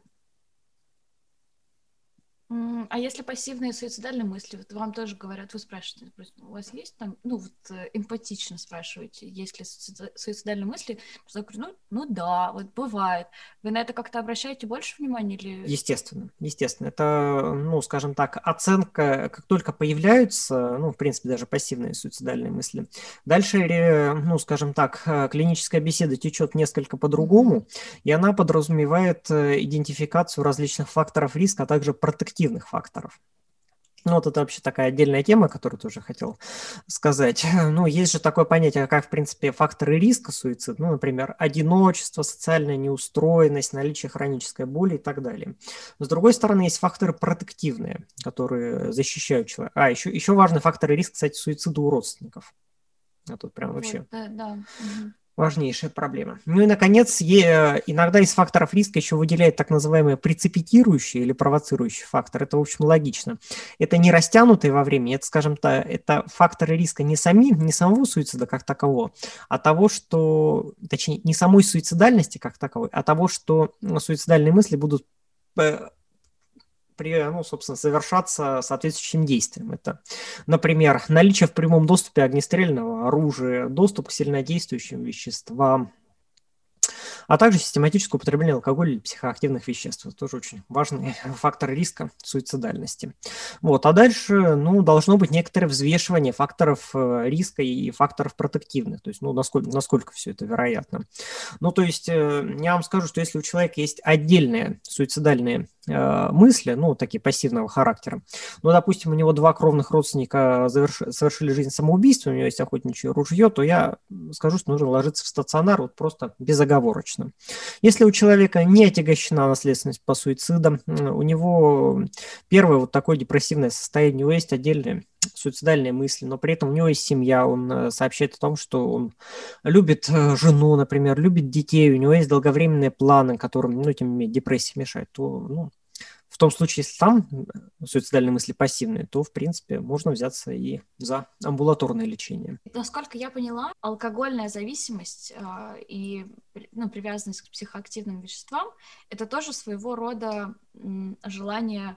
А если пассивные суицидальные мысли, вот вам тоже говорят, вы спрашиваете, у вас есть там, ну вот эмпатично спрашиваете, есть ли суицидальные мысли? Я говорю, ну да, вот бывает. Вы на это как-то обращаете больше внимания или? Естественно. Это, ну, скажем так, оценка, как только появляются, ну, в принципе, даже пассивные суицидальные мысли. Дальше, ну, скажем так, клиническая беседа течет несколько по-другому, и она подразумевает идентификацию различных факторов риска, а также протективных факторов. Ну, вот это вообще такая отдельная тема, которую тоже хотел сказать. Ну, есть же такое понятие, как, в принципе, факторы риска суицида. Ну, например, одиночество, социальная неустроенность, наличие хронической боли и так далее. Но, с другой стороны, есть факторы протективные, которые защищают человека. А, еще важный фактор риска, кстати, суицида у родственников. А тут прям вообще... Вот, да. важнейшая проблема. Ну и, наконец, иногда из факторов риска еще выделяют так называемые преципитирующие или провоцирующие факторы. Это, в общем, логично. Это не растянутые во времени, это, скажем так, это факторы риска не самого суицида как такового, а того, что, точнее, не самой суицидальности как таковой, а того, что суицидальные мысли будут собственно, совершаться соответствующим действием. Это, например, наличие в прямом доступе огнестрельного оружия, доступ к сильнодействующим веществам, а также систематическое употребление алкоголя или психоактивных веществ. Это тоже очень важный фактор риска суицидальности. Вот. А дальше должно быть некоторое взвешивание факторов риска и факторов протективных, то есть насколько все это вероятно. То есть я вам скажу, что если у человека есть отдельные суицидальные мысли, такие пассивного характера. Допустим, у него 2 кровных родственника совершили жизнь самоубийством, у него есть охотничье ружье, то я скажу, что нужно ложиться в стационар просто безоговорочно. Если у человека не отягощена наследственность по суицидам, у него первое такое депрессивное состояние, у него есть отдельные суицидальные мысли, но при этом у него есть семья, он сообщает о том, что он любит жену, например, любит детей, у него есть долговременные планы, которым, депрессия мешает, то, в том случае, если там суицидальные мысли пассивные, то, в принципе, можно взяться и за амбулаторное лечение. Насколько я поняла, алкогольная зависимость и привязанность к психоактивным веществам – это тоже своего рода желание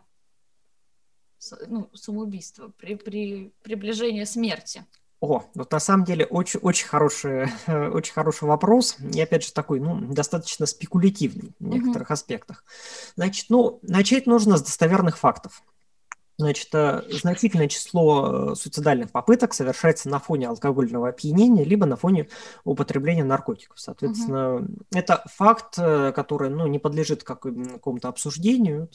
самоубийства при приближении смерти. На самом деле очень, очень хороший вопрос, и опять же такой, достаточно спекулятивный в некоторых аспектах. Значит, начать нужно с достоверных фактов. Значит, значительное число суицидальных попыток совершается на фоне алкогольного опьянения, либо на фоне употребления наркотиков. Соответственно, это факт, который не подлежит какому-то обсуждению.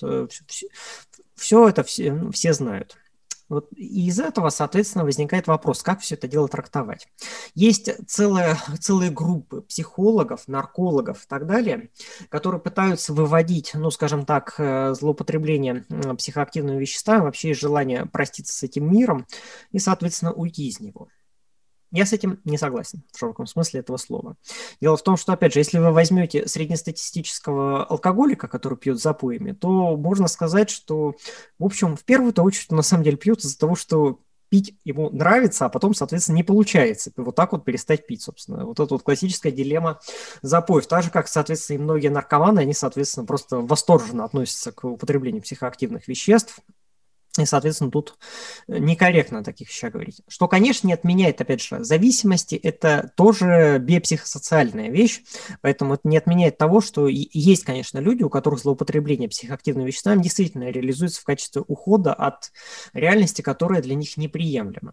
Все это все знают. И из этого, соответственно, возникает вопрос, как все это дело трактовать. Есть целые группы психологов, наркологов и так далее, которые пытаются выводить, скажем так, злоупотребление психоактивными веществами, вообще желание проститься с этим миром и, соответственно, уйти из него. Я с этим не согласен в широком смысле этого слова. Дело в том, что, опять же, если вы возьмете среднестатистического алкоголика, который пьет запоями, то можно сказать, что, в общем, в первую-то очередь, на самом деле пьет из-за того, что пить ему нравится, а потом, соответственно, не получается. И так перестать пить, собственно. Это классическая дилемма запоев. Так же, как, соответственно, и многие наркоманы, они, соответственно, просто восторженно относятся к употреблению психоактивных веществ. И, соответственно, тут некорректно о таких вещах говорить. Что, конечно, не отменяет, опять же, зависимости. Это тоже биопсихосоциальная вещь. Поэтому это не отменяет того, что есть, конечно, люди, у которых злоупотребление психоактивными веществами действительно реализуется в качестве ухода от реальности, которая для них неприемлема.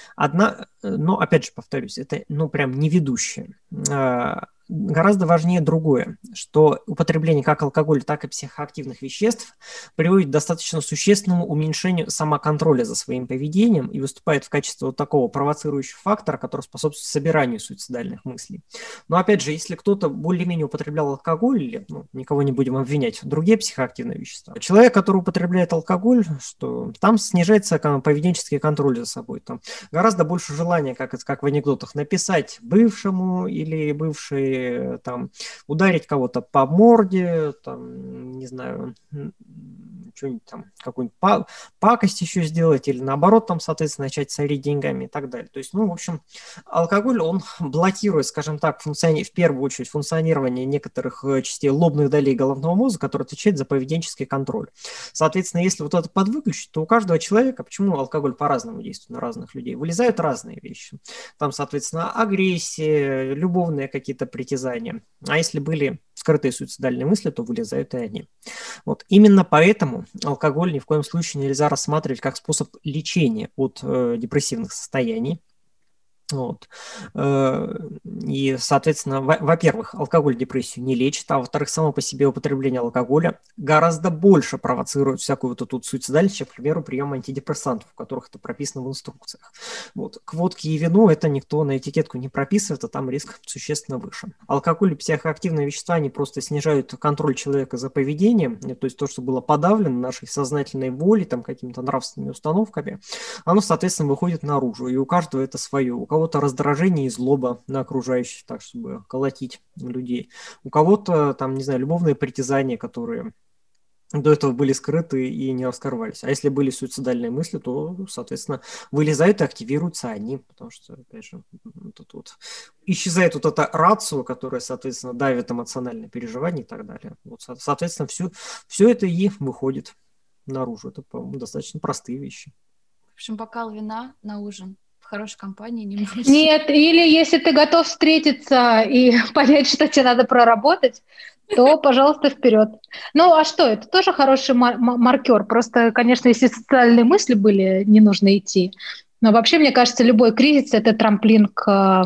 Но, опять же, повторюсь, это, прям не ведущее. Гораздо важнее другое, что употребление как алкоголя, так и психоактивных веществ приводит к достаточно существенному уменьшению самоконтроля за своим поведением и выступает в качестве такого провоцирующего фактора, который способствует собиранию суицидальных мыслей. Но опять же, если кто-то более-менее употреблял алкоголь, или, никого не будем обвинять, другие психоактивные вещества, человек, который употребляет алкоголь, что там снижается поведенческий контроль за собой, там гораздо больше желания, как в анекдотах, написать бывшему или бывшей, ударить кого-то по морде, не знаю, что-нибудь какую-нибудь пакость еще сделать, или наоборот, соответственно, начать сорить деньгами и так далее. То есть, в общем, алкоголь, он блокирует, скажем так, в первую очередь функционирование некоторых частей лобных долей головного мозга, которые отвечают за поведенческий контроль. Соответственно, если это подвыключить, то у каждого человека, почему алкоголь по-разному действует на разных людей, вылезают разные вещи. Соответственно, агрессия, любовные какие-то притязания. А если были скрытые суицидальные мысли, то вылезают и они. Именно поэтому алкоголь ни в коем случае нельзя рассматривать как способ лечения от депрессивных состояний. И, соответственно, во-первых, алкоголь депрессию не лечит, а во-вторых, само по себе употребление алкоголя гораздо больше провоцирует всякую эту суицидальность, чем, к примеру, прием антидепрессантов, у которых это прописано в инструкциях. К водке и вину это никто на этикетку не прописывает, а там риск существенно выше. Алкоголь и психоактивные вещества, они просто снижают контроль человека за поведением, то есть то, что было подавлено нашей сознательной волей, какими-то нравственными установками, оно, соответственно, выходит наружу, и у каждого это свое. У кого кого-то раздражение и злоба на окружающих, так, чтобы колотить людей. У кого-то, там, не знаю, любовные притязания, которые до этого были скрыты и не раскрывались. А если были суицидальные мысли, то, соответственно, вылезают и активируются они, потому что, опять же, тут вот исчезает вот эта рацио, которая, соответственно, давит эмоциональное переживание и так далее. Вот, соответственно, все это и выходит наружу. Это, по-моему, достаточно простые вещи. В общем, бокал вина на ужин в хорошей компании не может. Нет, или если ты готов встретиться и понять, что тебе надо проработать, то, пожалуйста, вперед. Ну, а что, это тоже хороший маркер. Просто, конечно, если социальные мысли были, не нужно идти. Но вообще, мне кажется, любой кризис – это трамплин к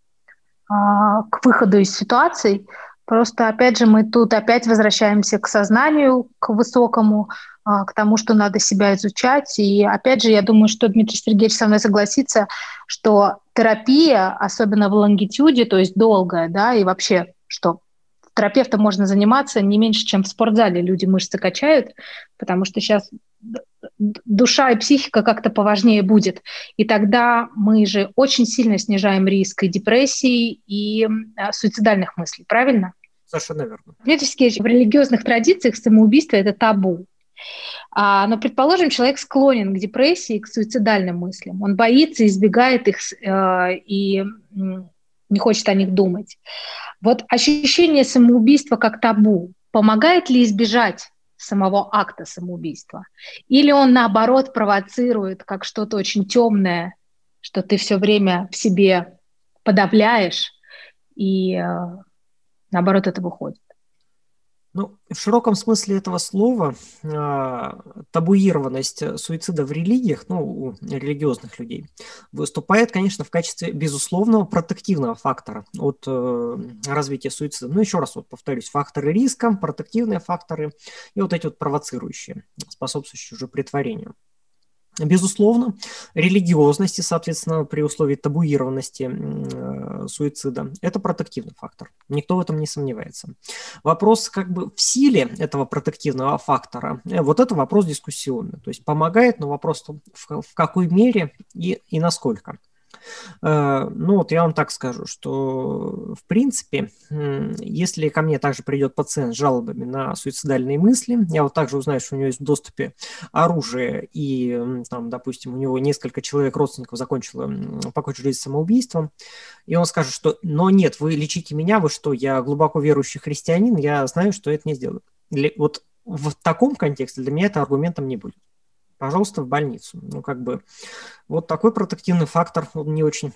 выходу из ситуаций. Просто, опять же, мы тут опять возвращаемся к сознанию, к высокому, к тому, что надо себя изучать. И, опять же, я думаю, что Дмитрий Сергеевич со мной согласится, что терапия, особенно в лонгитюде, то есть долгая, да, и вообще, что терапевтом можно заниматься не меньше, чем в спортзале. Люди мышцы качают, потому что сейчас душа и психика как-то поважнее будет. И тогда мы же очень сильно снижаем риск и депрессии, и суицидальных мыслей. Правильно? Совершенно верно. Дмитрий Сергеевич, в религиозных традициях самоубийство – это табу. Но, предположим, человек склонен к депрессии, к суицидальным мыслям. Он боится, избегает их и не хочет о них думать. Вот ощущение самоубийства как табу помогает ли избежать самого акта самоубийства? Или он, наоборот, провоцирует как что-то очень темное, что ты все время в себе подавляешь, и, наоборот, это выходит? Ну, в широком смысле этого слова табуированность суицида в религиях, ну, у религиозных людей, выступает, конечно, в качестве безусловного протективного фактора от развития суицида. Ну, еще раз вот повторюсь, факторы риска, протективные факторы и вот эти вот провоцирующие, способствующие уже претворению. Безусловно, религиозность, соответственно, при условии табуированности суицида, это протективный фактор. Никто в этом не сомневается. Вопрос как бы в силе этого протективного фактора, вот это вопрос дискуссионный. То есть помогает, но вопрос в какой мере и насколько. Ну вот я вам так скажу, что в принципе, если ко мне также придет пациент с жалобами на суицидальные мысли, я вот также узнаю, что у него есть в доступе оружие, и там, допустим, у него несколько человек, родственников, закончило покончить жизнь самоубийством, и он скажет, что «но нет, вы лечите меня, вы что, я глубоко верующий христианин, я знаю, что это не сделаю». Вот в таком контексте для меня это аргументом не будет. Пожалуйста, в больницу. Ну, как бы, вот такой протективный фактор, он не очень,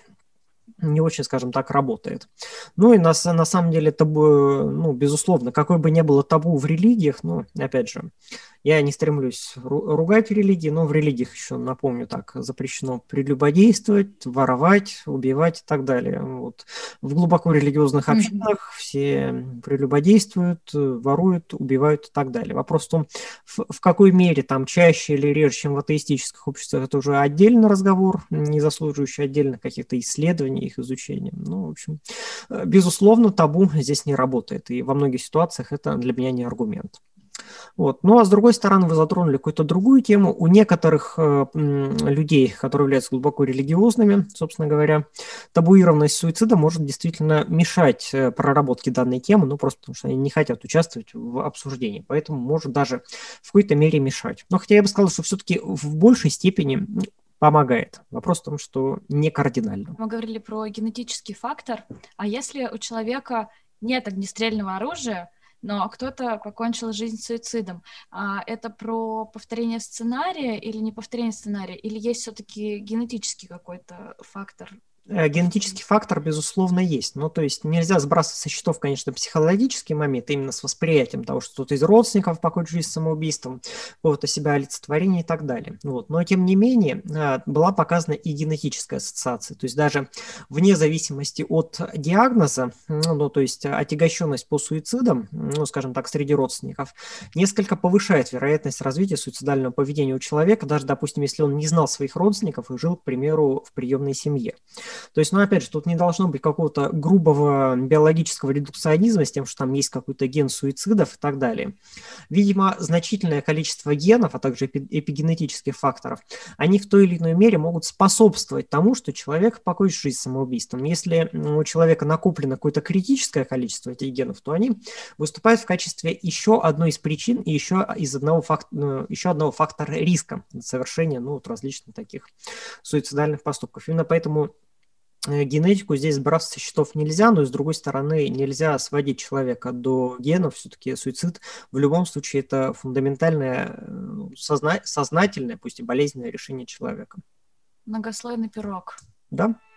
скажем так, работает. Ну, и на самом деле, табу, ну, безусловно, какой бы ни было табу в религиях, ну, опять же, я не стремлюсь ругать религии, но в религиях еще, напомню, так, запрещено прелюбодействовать, воровать, убивать и так далее. Вот. В глубоко религиозных общинах все прелюбодействуют, воруют, убивают и так далее. Вопрос в том, в какой мере там чаще или реже, чем в атеистических обществах, это уже отдельный разговор, не заслуживающий отдельных каких-то исследований, их изучения. Ну, в общем, безусловно, табу здесь не работает, и во многих ситуациях это для меня не аргумент. Вот. Ну, а с другой стороны, вы затронули какую-то другую тему. У некоторых людей, которые являются глубоко религиозными, собственно говоря, табуированность суицида может действительно мешать проработке данной темы, ну, просто потому что они не хотят участвовать в обсуждении, поэтому может даже в какой-то мере мешать. Но хотя я бы сказал, что все-таки в большей степени помогает. Вопрос в том, что не кардинально. Мы говорили про генетический фактор, а если у человека нет огнестрельного оружия, но кто-то покончил жизнь суицидом. Это про повторение сценария или не повторение сценария? Или есть все-таки генетический какой-то фактор? Генетический фактор, безусловно, есть. Ну, то есть нельзя сбрасывать со счетов, конечно, психологический момент, именно с восприятием того, что кто-то из родственников покончил жизнь самоубийством, какого-то себя олицетворения и так далее. Вот. Но, тем не менее, была показана и генетическая ассоциация. То есть даже вне зависимости от диагноза, ну, то есть отягощенность по суицидам, ну, скажем так, среди родственников, несколько повышает вероятность развития суицидального поведения у человека, даже, допустим, если он не знал своих родственников и жил, к примеру, в приемной семье. То есть, ну, опять же, тут не должно быть какого-то грубого биологического редукционизма с тем, что там есть какой-то ген суицидов и так далее. Видимо, значительное количество генов, а также эпигенетических факторов, они в той или иной мере могут способствовать тому, что человек покончит жизнь самоубийством. Если у человека накоплено какое-то критическое количество этих генов, то они выступают в качестве еще одной из причин и еще одного фактора риска совершения различных таких суицидальных поступков. Именно поэтому генетику здесь сбрасывать со счетов нельзя, но, с другой стороны, нельзя сводить человека до генов. Все-таки суицид в любом случае это фундаментальное, сознательное, пусть и болезненное решение человека. Многослойный пирог. Да.